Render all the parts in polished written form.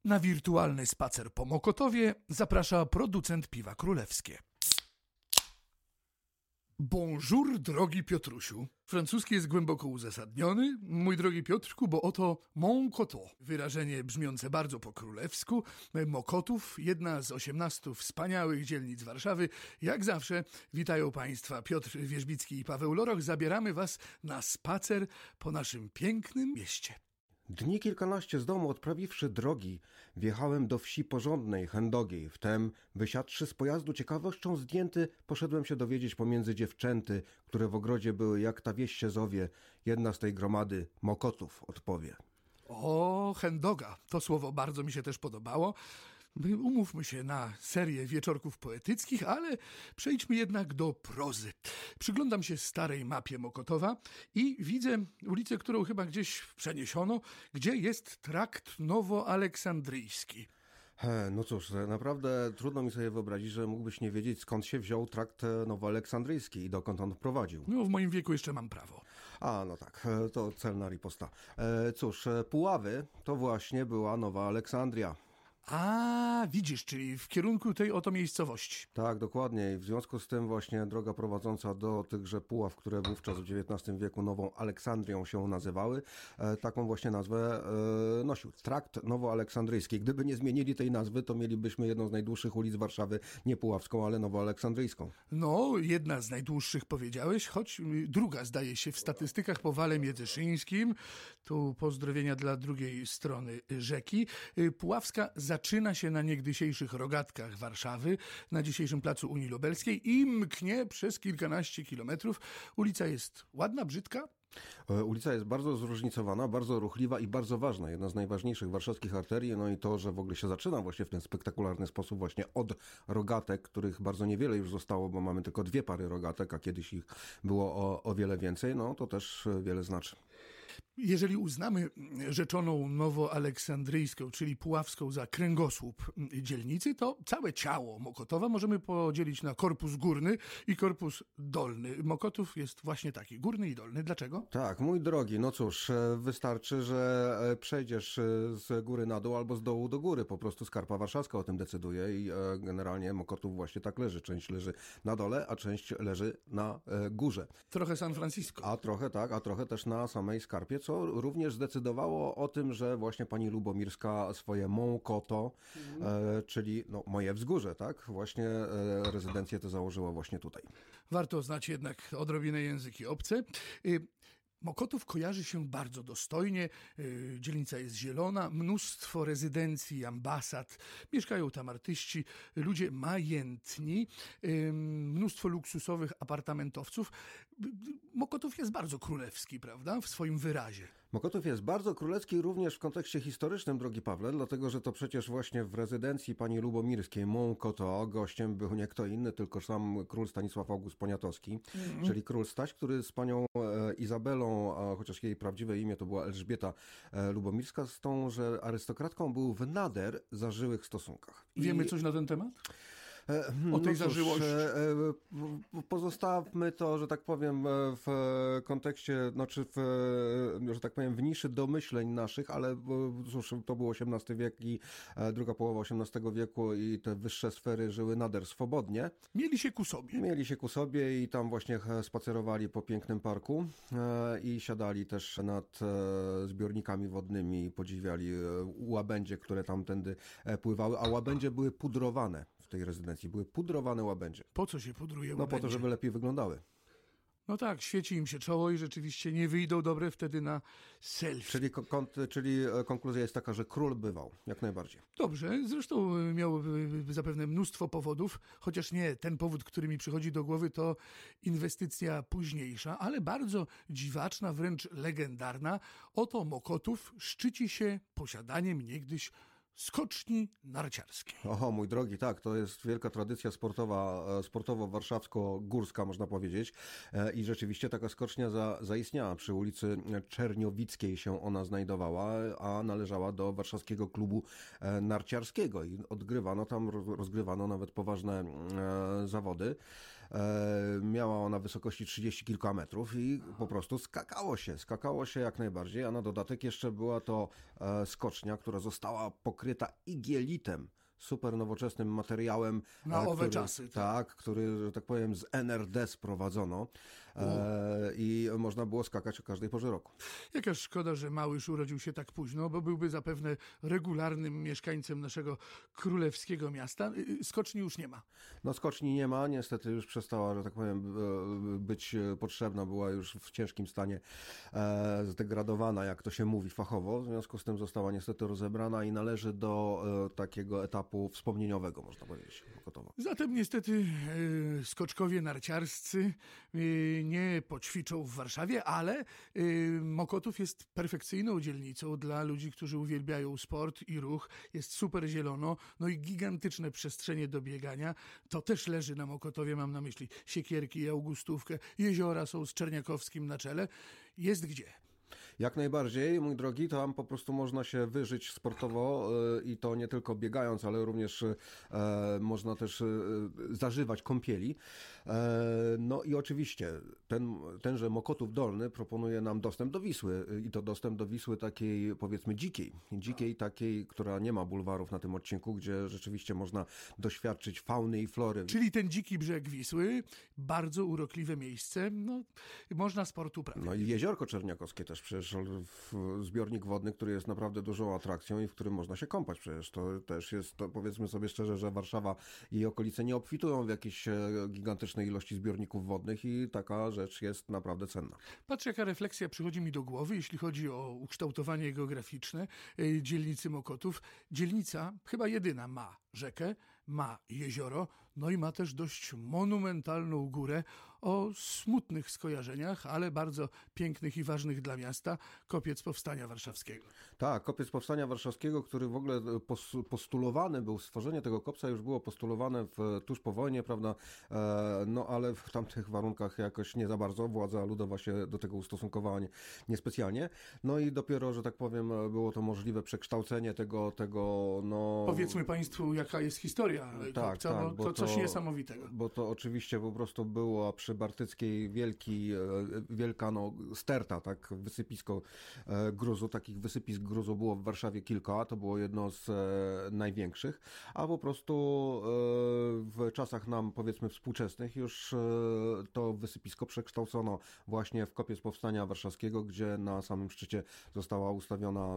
Na wirtualny spacer po Mokotowie zaprasza producent piwa królewskie. Bonjour, drogi Piotrusiu. Francuski jest głęboko uzasadniony, mój drogi Piotrku, bo oto Mon Coteau. Wyrażenie brzmiące bardzo po królewsku. Mokotów, jedna z 18 wspaniałych dzielnic Warszawy. Jak zawsze witają Państwa Piotr Wierzbicki i Paweł Loroch. Zabieramy Was na spacer po naszym pięknym mieście. Dni kilkanaście z domu odprawiwszy drogi, wjechałem do wsi porządnej, chędogiej. Wtem, wysiadłszy z pojazdu, ciekawością zdjęty, poszedłem się dowiedzieć pomiędzy dziewczęty, które w ogrodzie były, jak ta wieś się zowie. Jedna z tej gromady Mokotów odpowie. O, chędoga, to słowo bardzo mi się też podobało. Umówmy się na serię wieczorków poetyckich, ale przejdźmy jednak do prozy. Przyglądam się starej mapie Mokotowa i widzę ulicę, którą chyba gdzieś przeniesiono, gdzie jest trakt nowoaleksandryjski. No cóż, naprawdę trudno mi sobie wyobrazić, że mógłbyś nie wiedzieć, skąd się wziął trakt nowoaleksandryjski i dokąd on prowadził. No, w moim wieku jeszcze mam prawo. A, no tak, to celna riposta. Cóż, Puławy to właśnie była Nowa Aleksandria. A, widzisz, czyli w kierunku tej oto miejscowości. Tak, dokładnie. I w związku z tym właśnie droga prowadząca do tychże Puław, które wówczas w XIX wieku Nową Aleksandrią się nazywały, taką właśnie nazwę nosił. Trakt Nowoaleksandryjski. Gdyby nie zmienili tej nazwy, to mielibyśmy jedną z najdłuższych ulic Warszawy, nie puławską, ale nowoaleksandryjską. No, jedna z najdłuższych powiedziałeś, choć druga zdaje się w statystykach po wale międzyszyńskim. Tu pozdrowienia dla drugiej strony rzeki. Puławska zaczyna się na niegdysiejszych rogatkach Warszawy, na dzisiejszym placu Unii Lubelskiej i mknie przez kilkanaście kilometrów. Ulica jest ładna, brzydka? Ulica jest bardzo zróżnicowana, bardzo ruchliwa i bardzo ważna. Jedna z najważniejszych warszawskich arterii, no i to, że w ogóle się zaczyna właśnie w ten spektakularny sposób właśnie od rogatek, których bardzo niewiele już zostało, bo mamy tylko 2 pary rogatek, a kiedyś ich było o wiele więcej, no to też wiele znaczy. Jeżeli uznamy rzeczoną nowoaleksandryjską, czyli puławską za kręgosłup dzielnicy, to całe ciało Mokotowa możemy podzielić na korpus górny i korpus dolny. Mokotów jest właśnie taki, górny i dolny. Dlaczego? Tak, mój drogi, no cóż, wystarczy, że przejdziesz z góry na dół albo z dołu do góry. Po prostu Skarpa Warszawska o tym decyduje i generalnie Mokotów właśnie tak leży. Część leży na dole, a część leży na górze. Trochę San Francisco. A trochę tak, a trochę też na samej Skarpie, co również zdecydowało o tym, że właśnie pani Lubomirska swoje Mon Coteau, czyli no, moje wzgórze, tak? Właśnie rezydencję to założyła właśnie tutaj. Warto znać jednak odrobinę języki obce. Mokotów kojarzy się bardzo dostojnie, dzielnica jest zielona, mnóstwo rezydencji, ambasad, mieszkają tam artyści, ludzie majętni, mnóstwo luksusowych apartamentowców. Mokotów jest bardzo królewski, prawda, w swoim wyrazie. Mokotów jest bardzo królewski również w kontekście historycznym, drogi Pawle, dlatego że to przecież właśnie w rezydencji pani Lubomirskiej Mon Coteau gościem był nie kto inny, tylko sam król Stanisław August Poniatowski, czyli król Staś, który z panią Izabelą, chociaż jej prawdziwe imię to była Elżbieta Lubomirska, z tą, że arystokratką był w nader zażyłych stosunkach. Wiemy coś na ten temat? O tej zażyłości. Pozostawmy to, że tak powiem, w kontekście, znaczy że tak powiem, w niszy domyśleń naszych, ale cóż, to był XVIII wiek i druga połowa XVIII wieku i te wyższe sfery żyły nader swobodnie. Mieli się ku sobie. Mieli się ku sobie i tam właśnie spacerowali po pięknym parku i siadali też nad zbiornikami wodnymi i podziwiali łabędzie, które tamtędy pływały, a łabędzie były pudrowane. W tej rezydencji były pudrowane łabędzie. Po co się pudruje No łabędzie? po to, żeby lepiej wyglądały. No tak, świeci im się czoło i rzeczywiście nie wyjdą dobre wtedy na selfie. Czyli konkluzja jest taka, że król bywał, jak najbardziej. Dobrze, zresztą miał zapewne mnóstwo powodów, chociaż nie, ten powód, który mi przychodzi do głowy, to inwestycja późniejsza, ale bardzo dziwaczna, wręcz legendarna. Oto Mokotów szczyci się posiadaniem niegdyś skoczni narciarskiej. Oho, mój drogi, tak, to jest wielka tradycja sportowa, sportowo-warszawsko-górska, można powiedzieć. I rzeczywiście taka skocznia zaistniała. Przy ulicy Czerniowickiej się ona znajdowała, a należała do warszawskiego klubu narciarskiego i rozgrywano nawet poważne zawody. Miała ona wysokości 30 kilka metrów i po prostu skakało się jak najbardziej, a na dodatek jeszcze była to skocznia, która została pokryta igielitem, super nowoczesnym materiałem. Na owe czasy. Tak, który, że tak powiem, z NRD sprowadzono i można było skakać o każdej porze roku. Jaka szkoda, że Małysz urodził się tak późno, bo byłby zapewne regularnym mieszkańcem naszego królewskiego miasta. Skoczni już nie ma. No skoczni nie ma, niestety już przestała, że tak powiem, być potrzebna, była już w ciężkim stanie zdegradowana, jak to się mówi fachowo, w związku z tym została niestety rozebrana i należy do takiego etapu wspomnieniowego, można powiedzieć, Mokotowa. Zatem niestety skoczkowie narciarscy nie poćwiczą w Warszawie, ale Mokotów jest perfekcyjną dzielnicą dla ludzi, którzy uwielbiają sport i ruch. Jest super zielono, no i gigantyczne przestrzenie do biegania. To też leży na Mokotowie, mam na myśli Siekierki i Augustówkę. Jeziora są z Czerniakowskim na czele. Jest gdzie. Jak najbardziej, mój drogi, tam po prostu można się wyżyć sportowo i to nie tylko biegając, ale również można też zażywać kąpieli. No i oczywiście tenże Mokotów Dolny proponuje nam dostęp do Wisły i to dostęp do Wisły takiej, powiedzmy, dzikiej takiej, która nie ma bulwarów na tym odcinku, gdzie rzeczywiście można doświadczyć fauny i flory. Czyli ten dziki brzeg Wisły, bardzo urokliwe miejsce, no można sport uprawiać. No i Jeziorko Czerniakowskie też przecież zbiornik wodny, który jest naprawdę dużą atrakcją i w którym można się kąpać. Przecież to też jest, to powiedzmy sobie szczerze, że Warszawa i jej okolice nie obfitują w jakieś gigantycznej ilości zbiorników wodnych i taka rzecz jest naprawdę cenna. Patrz, jaka refleksja przychodzi mi do głowy, jeśli chodzi o ukształtowanie geograficzne dzielnicy Mokotów. Dzielnica chyba jedyna ma rzekę, ma jezioro, no i ma też dość monumentalną górę o smutnych skojarzeniach, ale bardzo pięknych i ważnych dla miasta, Kopiec Powstania Warszawskiego. Tak, Kopiec Powstania Warszawskiego, który w ogóle postulowany był, stworzenie tego kopca już było postulowane tuż po wojnie, prawda, no ale w tamtych warunkach jakoś nie za bardzo, władza ludowa się do tego ustosunkowała niespecjalnie, no i dopiero, że tak powiem, było to możliwe przekształcenie tego no... Powiedzmy państwu, jaka jest historia kopca, bo to coś niesamowitego. Bo to oczywiście po prostu było przy Bartyckiej wielka sterta, tak, wysypisko gruzu. Takich wysypisk gruzu było w Warszawie kilka, to było jedno z największych, a po prostu w czasach nam, powiedzmy, współczesnych już to wysypisko przekształcono właśnie w Kopiec Powstania Warszawskiego, gdzie na samym szczycie została ustawiona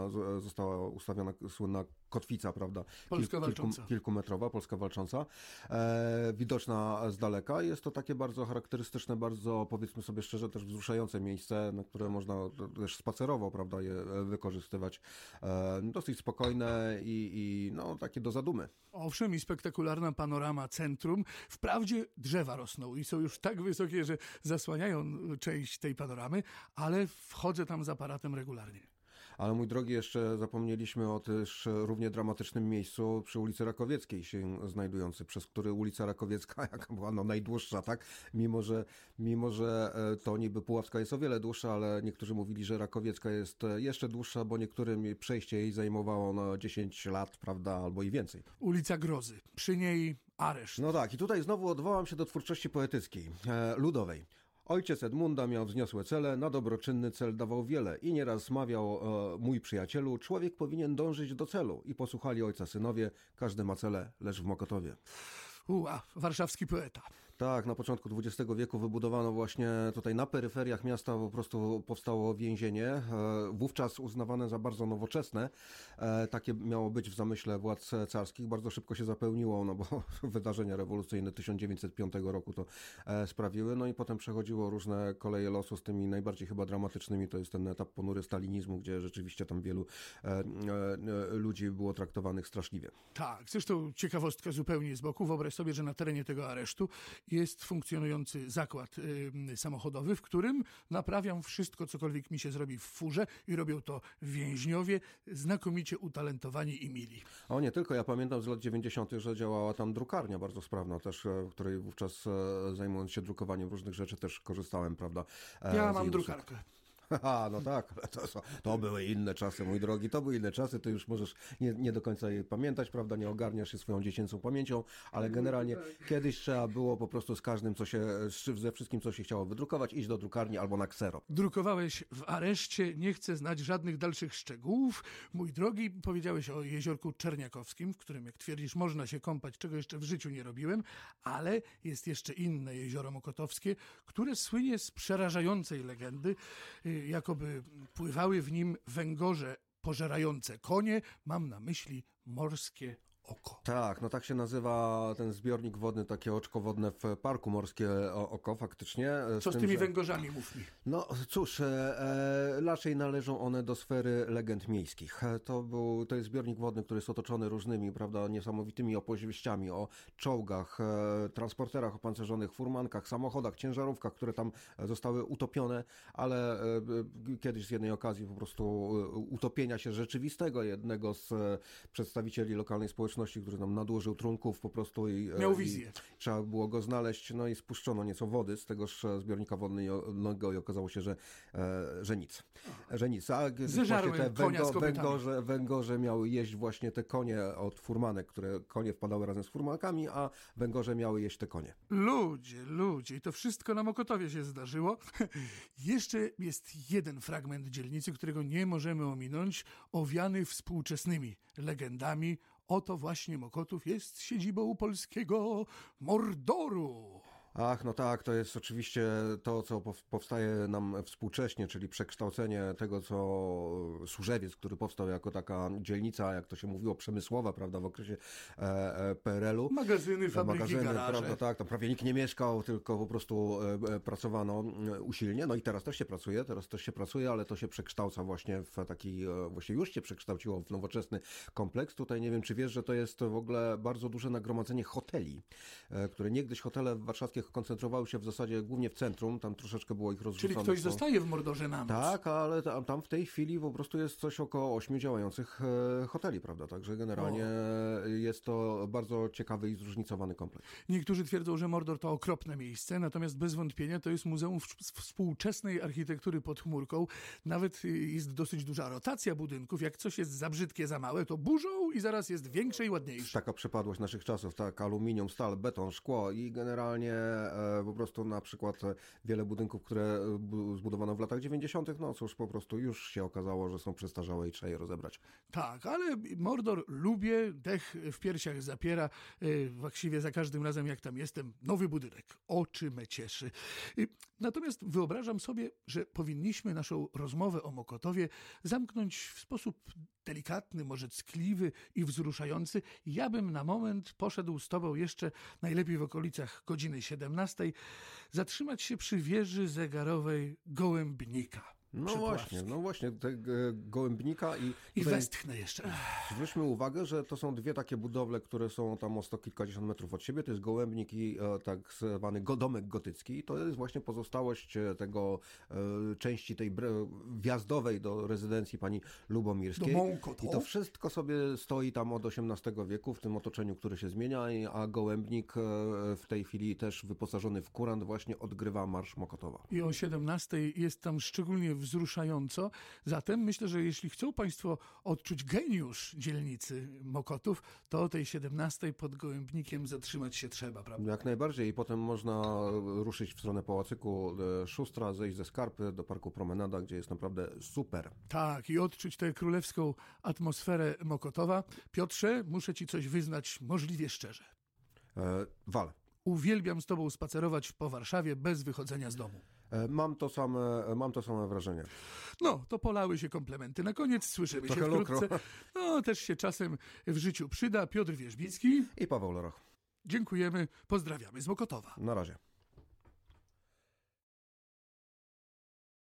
słynna kotwica, prawda? Polska walcząca. Kilkumetrowa, Polska walcząca. Widoczna z daleka. Jest to takie bardzo charakterystyczne, bardzo, powiedzmy sobie szczerze, też wzruszające miejsce, na które można też spacerowo, prawda, je wykorzystywać. Dosyć spokojne i no, takie do zadumy. Owszem, i spektakularna panorama centrum. Wprawdzie drzewa rosną i są już tak wysokie, że zasłaniają część tej panoramy, ale wchodzę tam z aparatem regularnie. Ale mój drogi, jeszcze zapomnieliśmy o też równie dramatycznym miejscu przy ulicy Rakowieckiej się znajdujący, przez który ulica Rakowiecka, jaka była najdłuższa, tak? Mimo że to niby Puławska jest o wiele dłuższa, ale niektórzy mówili, że Rakowiecka jest jeszcze dłuższa, bo niektórym przejście jej zajmowało 10 lat, prawda, albo i więcej. Ulica Grozy, przy niej areszt. No tak, i tutaj znowu odwołam się do twórczości poetyckiej, ludowej. Ojciec Edmunda miał wzniosłe cele, na dobroczynny cel dawał wiele i nieraz mawiał mój przyjacielu, człowiek powinien dążyć do celu. I posłuchali ojca synowie, każdy ma cele, lecz w Mokotowie. Warszawski poeta. Tak, na początku XX wieku wybudowano właśnie tutaj na peryferiach miasta, po prostu powstało więzienie, wówczas uznawane za bardzo nowoczesne. Takie miało być w zamyśle władz carskich. Bardzo szybko się zapełniło, no bo wydarzenia rewolucyjne 1905 roku to sprawiły. No i potem przechodziło różne koleje losu, z tymi najbardziej chyba dramatycznymi to jest ten etap ponury stalinizmu, gdzie rzeczywiście tam wielu ludzi było traktowanych straszliwie. Tak, zresztą ciekawostka zupełnie z boku. Wyobraź sobie, że na terenie tego aresztu jest funkcjonujący zakład samochodowy, w którym naprawiam wszystko, cokolwiek mi się zrobi w furze i robią to więźniowie, znakomicie utalentowani i mili. O nie tylko, ja pamiętam z lat 90., że działała tam drukarnia bardzo sprawna też, w której wówczas zajmując się drukowaniem różnych rzeczy też korzystałem, prawda? Ja mam drukarkę. No tak, ale to były inne czasy, mój drogi, to były inne czasy, to już możesz nie do końca je pamiętać, prawda, nie ogarniasz się swoją dziecięcą pamięcią, ale generalnie kiedyś trzeba było po prostu z każdym, ze wszystkim, co się chciało wydrukować, iść do drukarni albo na ksero. Drukowałeś w areszcie, nie chcę znać żadnych dalszych szczegółów. Mój drogi, powiedziałeś o jeziorku Czerniakowskim, w którym, jak twierdzisz, można się kąpać, czego jeszcze w życiu nie robiłem, ale jest jeszcze inne jezioro mokotowskie, które słynie z przerażającej legendy, jakoby pływały w nim węgorze pożerające konie, mam na myśli morskie oko. Tak, no tak się nazywa ten zbiornik wodny, takie oczko wodne w Parku Morskie Oko, faktycznie. Co z tymi węgorzami, mów mi? No cóż, raczej należą one do sfery legend miejskich. To jest zbiornik wodny, który jest otoczony różnymi, prawda, niesamowitymi opowieściami o czołgach, transporterach opancerzonych, furmankach, samochodach, ciężarówkach, które tam zostały utopione, ale kiedyś z jednej okazji po prostu utopienia się rzeczywistego jednego z przedstawicieli lokalnej społeczności, który nam nadłożył trunków po prostu miał wizję. I trzeba było go znaleźć, no i spuszczono nieco wody z tegoż zbiornika wodnego i okazało się, że nic. Że nic. A te węgorze miały jeść właśnie te konie od furmanek, które konie wpadały razem z furmankami, a węgorze miały jeść te konie. Ludzie, i to wszystko na Mokotowie się zdarzyło. Jeszcze jest jeden fragment dzielnicy, którego nie możemy ominąć, owiany współczesnymi legendami. Oto właśnie Mokotów jest siedzibą polskiego Mordoru. Ach, no tak, to jest oczywiście to, co powstaje nam współcześnie, czyli przekształcenie tego, co Służewiec, który powstał jako taka dzielnica, jak to się mówiło, przemysłowa, prawda, w okresie PRL-u. Magazyny, fabryki, garaże. Prawda, tak, tam prawie nikt nie mieszkał, tylko po prostu pracowano usilnie. No i teraz też się pracuje, ale to się przekształca właśnie w taki, właśnie już się przekształciło w nowoczesny kompleks. Tutaj nie wiem, czy wiesz, że to jest w ogóle bardzo duże nagromadzenie hoteli, które niegdyś hotele warszawskie koncentrowały się w zasadzie głównie w centrum, tam troszeczkę było ich rozrzucone. Czyli ktoś zostaje w Mordorze na noc. Tak, ale tam w tej chwili po prostu jest coś około 8 działających hoteli, prawda? Także generalnie jest to bardzo ciekawy i zróżnicowany kompleks. Niektórzy twierdzą, że Mordor to okropne miejsce, natomiast bez wątpienia to jest muzeum współczesnej architektury pod chmurką. Nawet jest dosyć duża rotacja budynków. Jak coś jest za brzydkie, za małe, to burzą i zaraz jest większe i ładniejsze. Taka przypadłość naszych czasów, tak, aluminium, stal, beton, szkło i generalnie po prostu na przykład wiele budynków, które zbudowano w latach 90., no cóż, po prostu już się okazało, że są przestarzałe i trzeba je rozebrać. Tak, ale Mordor lubię, dech w piersiach zapiera, właściwie za każdym razem jak tam jestem, nowy budynek, oczy me cieszy. Natomiast wyobrażam sobie, że powinniśmy naszą rozmowę o Mokotowie zamknąć w sposób delikatny, może ckliwy i wzruszający. Ja bym na moment poszedł z tobą jeszcze, najlepiej w okolicach godziny 17, zatrzymać się przy wieży zegarowej Gołębnika. No właśnie, Gołębnika i westchnę jeszcze. Zwróćmy uwagę, że to są dwie takie budowle, które są tam o 100 kilkadziesiąt metrów od siebie. To jest Gołębnik i tak zwany domek gotycki. I to jest właśnie pozostałość tego części tej wjazdowej do rezydencji pani Lubomirskiej. I to wszystko sobie stoi tam od XVIII wieku w tym otoczeniu, które się zmienia, a Gołębnik w tej chwili też wyposażony w kurant właśnie odgrywa Marsz Mokotowa. I o 17 jest tam szczególnie wzruszająco. Zatem myślę, że jeśli chcą państwo odczuć geniusz dzielnicy Mokotów, to o tej 17 pod Gołębnikiem zatrzymać się trzeba, prawda? Jak najbardziej. I potem można ruszyć w stronę Pałacyku Szustra, zejść ze Skarpy do Parku Promenada, gdzie jest naprawdę super. Tak, i odczuć tę królewską atmosferę Mokotowa. Piotrze, muszę ci coś wyznać możliwie szczerze. Wal. Uwielbiam z tobą spacerować po Warszawie bez wychodzenia z domu. Mam to same wrażenie. No, to polały się komplementy. Na koniec słyszymy się wkrótce. No, też się czasem w życiu przyda. Piotr Wierzbicki i Paweł Loroch. Dziękujemy, pozdrawiamy z Mokotowa. Na razie.